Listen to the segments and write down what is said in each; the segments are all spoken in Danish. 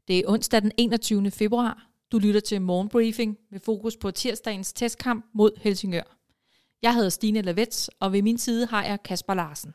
Det er onsdag den 21. februar. Du lytter til Morgenbriefing med fokus på tirsdagens testkamp mod Helsingør. Jeg hedder Stine Lavets, og ved min side har jeg Kasper Larsen.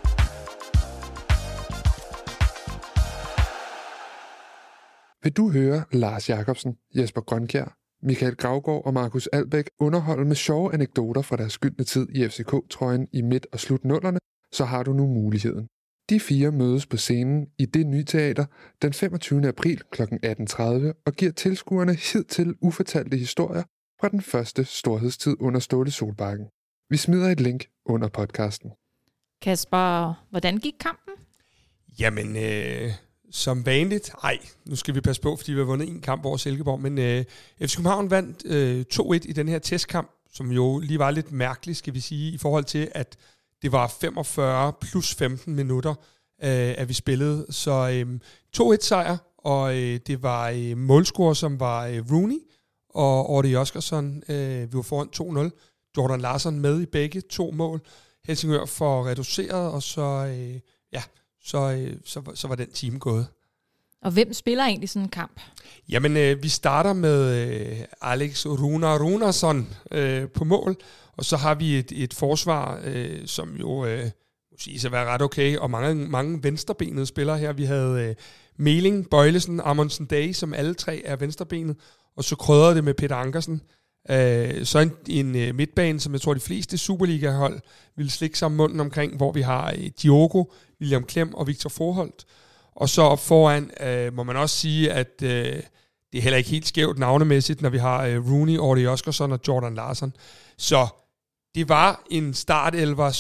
Vil du høre Lars Jacobsen, Jesper Grønkjær, Michael Gravgaard og Markus Albæk underholde med sjove anekdoter fra deres skyldne tid i FCK-trøjen i midt- og slut-nullerne, så har du nu muligheden. De fire mødes på scenen i Det Nye Teater den 25. april kl. 18.30 og giver tilskuerne hidtil ufortalte historier fra den første storhedstid under Ståle Solbakken. Vi smider et link under podcasten. Kasper, hvordan gik kampen? Jamen, som vanligt. Nu skal vi passe på, fordi vi har vundet en kamp over Silkeborg, men FC København vandt 2-1 i den her testkamp, som jo lige var lidt mærkeligt, skal vi sige, i forhold til, at det var 45 plus 15 minutter, at vi spillede. Så 2-1 sejr, og det var målscorer, som var Rooney og Audi Oskarsson. Vi var foran 2-0. Jordan Larsson med i begge 2 mål. Helsingør får reduceret, og så var den time gået. Og hvem spiller egentlig sådan en kamp? Jamen, vi starter med Alex Runarsson på mål, og så har vi et forsvar, som jo må sige at være ret okay, og mange venstrebenede spillere her. Vi havde Meling, Bøjlesen, Amundsen Day, som alle 3 er venstrebenet, og så krydrede det med Peter Ankersen. Så en midtbane, som jeg tror de fleste Superliga-hold ville slikke sammen munden omkring, hvor vi har Diogo, William Klem og Victor Forholt. Og så op foran må man også sige, at det er heller ikke helt skævt navnemæssigt, når vi har Rooney, Audi Oskarsson og Jordan Larsson. Så det var en startelver,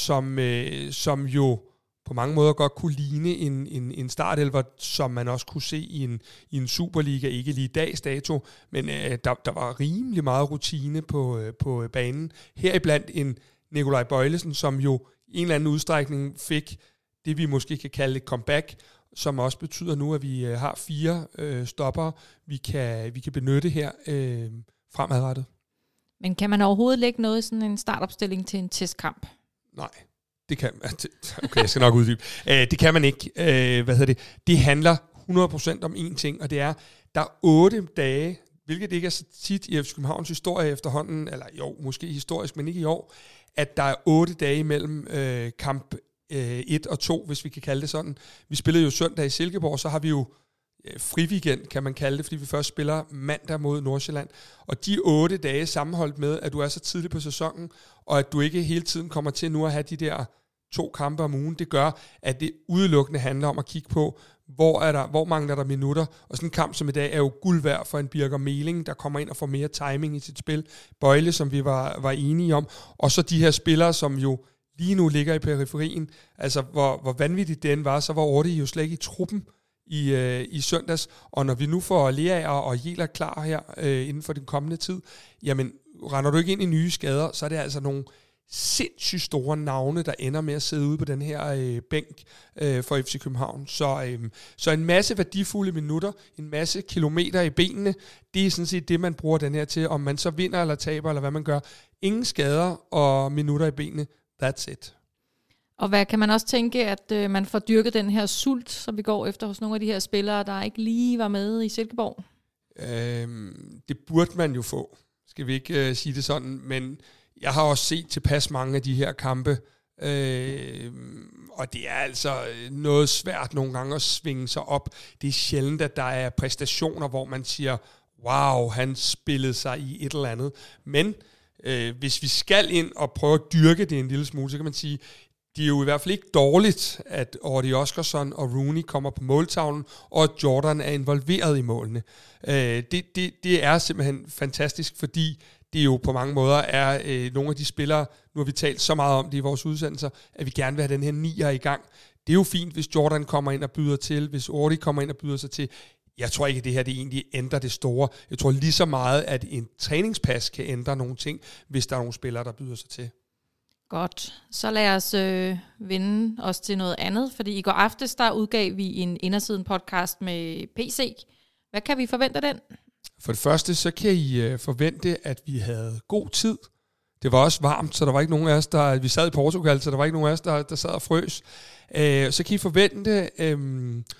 som jo på mange måder godt kunne ligne en startelver, som man også kunne se i en Superliga, ikke lige dags dato, men der var rimelig meget rutine på banen. Heriblandt en Nikolaj Bøjlesen, som jo i en eller anden udstrækning fik det, vi måske kan kalde et comeback, som også betyder nu, at vi har 4 stopper, vi kan benytte her fremadrettet. Men kan man overhovedet lægge noget i sådan en startopstilling til en testkamp? Nej, det kan man. Okay, jeg skal nok uddybe. Det kan man ikke. Det handler 100% om én ting, og det er, der er 8 dage, hvilket ikke er så tit i FC Københavns historie efterhånden, eller jo, måske historisk, men ikke i år, at der er 8 dage mellem kamp 1 og 2, hvis vi kan kalde det sådan. Vi spillede jo søndag i Silkeborg, så har vi jo friweekend, kan man kalde det, fordi vi først spiller mandag mod Nordsjælland. Og de 8 dage sammenholdt med, at du er så tidligt på sæsonen, og at du ikke hele tiden kommer til nu at have de der 2 kampe om ugen, det gør, at det udelukkende handler om at kigge på, hvor mangler der minutter. Og sådan en kamp som i dag er jo guld værd for en Birger Meling, der kommer ind og får mere timing i sit spil. Bøjle, som vi var enige om. Og så de her spillere, som jo lige nu ligger i periferien. Altså, hvor vanvittigt den var, så var Audi jo slet ikke i truppen i søndags. Og når vi nu får Leaer og Jæler klar her inden for den kommende tid, jamen, render du ikke ind i nye skader, så er det altså nogle sindssygt store navne, der ender med at sidde ude på den her bænk for FC København. Så en masse værdifulde minutter, en masse kilometer i benene, det er sådan set det, man bruger den her til. Om man så vinder eller taber, eller hvad man gør. Ingen skader og minutter i benene. That's it. Og hvad kan man også tænke, at man får dyrket den her sult, som vi går efter hos nogle af de her spillere, der ikke lige var med i Silkeborg? Det burde man jo få. Skal vi ikke sige det sådan, men jeg har også set tilpas mange af de her kampe, og det er altså noget svært nogle gange at svinge sig op. Det er sjældent, at der er præstationer, hvor man siger, wow, han spillede sig i et eller andet. Men hvis vi skal ind og prøve at dyrke det en lille smule, så kan man sige, det er jo i hvert fald ikke dårligt, at Audi Oskarsson og Rooney kommer på måltavlen, og at Jordan er involveret i målene. Det er simpelthen fantastisk, fordi det jo på mange måder er nogle af de spillere, nu har vi talt så meget om det i vores udsendelser, at vi gerne vil have den her 9'er i gang. Det er jo fint, hvis Jordan kommer ind og byder til, hvis Audi kommer ind og byder sig til. Jeg tror ikke, at det her det egentlig ændrer det store. Jeg tror lige så meget, at en træningspas kan ændre nogle ting, hvis der er nogle spillere, der byder sig til. Godt. Så lad os vende os til noget andet, fordi i går aftes, der udgav vi en Indersiden podcast med PC. Hvad kan vi forvente af den? For det første, så kan I forvente, at vi havde god tid. Det var også varmt, så der var ikke nogen af os, vi sad i Portugal, så der var ikke nogen af os, der sad og frøs. Så kan I forvente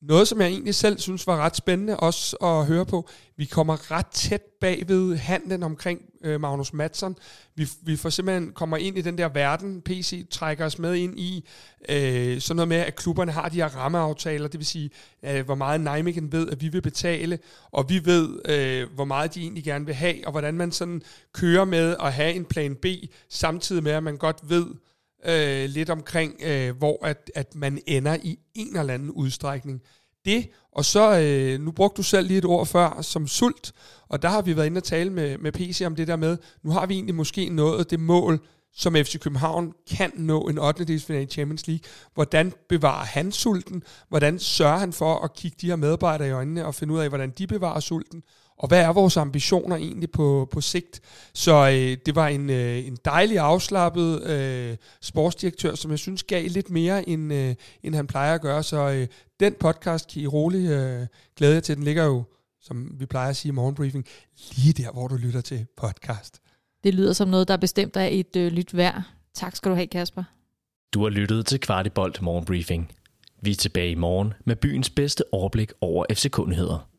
noget, som jeg egentlig selv synes var ret spændende også at høre på. Vi kommer ret tæt bagved handlen omkring Magnus Mattsson. Vi får simpelthen kommer ind i den der verden. PC trækker os med ind i sådan noget med, at klubberne har de her rammeaftaler. Det vil sige, hvor meget Nijmegen ved, at vi vil betale, og vi ved, hvor meget de egentlig gerne vil have, og hvordan man sådan kører med at have en plan B, samtidig med, at man godt ved lidt omkring, hvor at man ender i en eller anden udstrækning. Det, og så, nu brugte du selv lige et ord før, som sult, og der har vi været inde og tale med PC om det der med, nu har vi egentlig måske nået det mål, som FC København kan nå en 8. final i Champions League. Hvordan bevarer han sulten? Hvordan sørger han for at kigge de her medarbejdere i øjnene og finde ud af, hvordan de bevarer sulten? Og hvad er vores ambitioner egentlig på sigt? Så det var en dejlig afslappet sportsdirektør, som jeg synes gav lidt mere, end han plejer at gøre. Så den podcast kan I roligt glæde jer til. Den ligger jo, som vi plejer at sige i morgenbriefing, lige der, hvor du lytter til podcast. Det lyder som noget, der er bestemt af et lyt værd. Tak skal du have, Kasper. Du har lyttet til Kvartibolt Morgenbriefing. Vi er tilbage i morgen med byens bedste overblik over FCK-nyheder.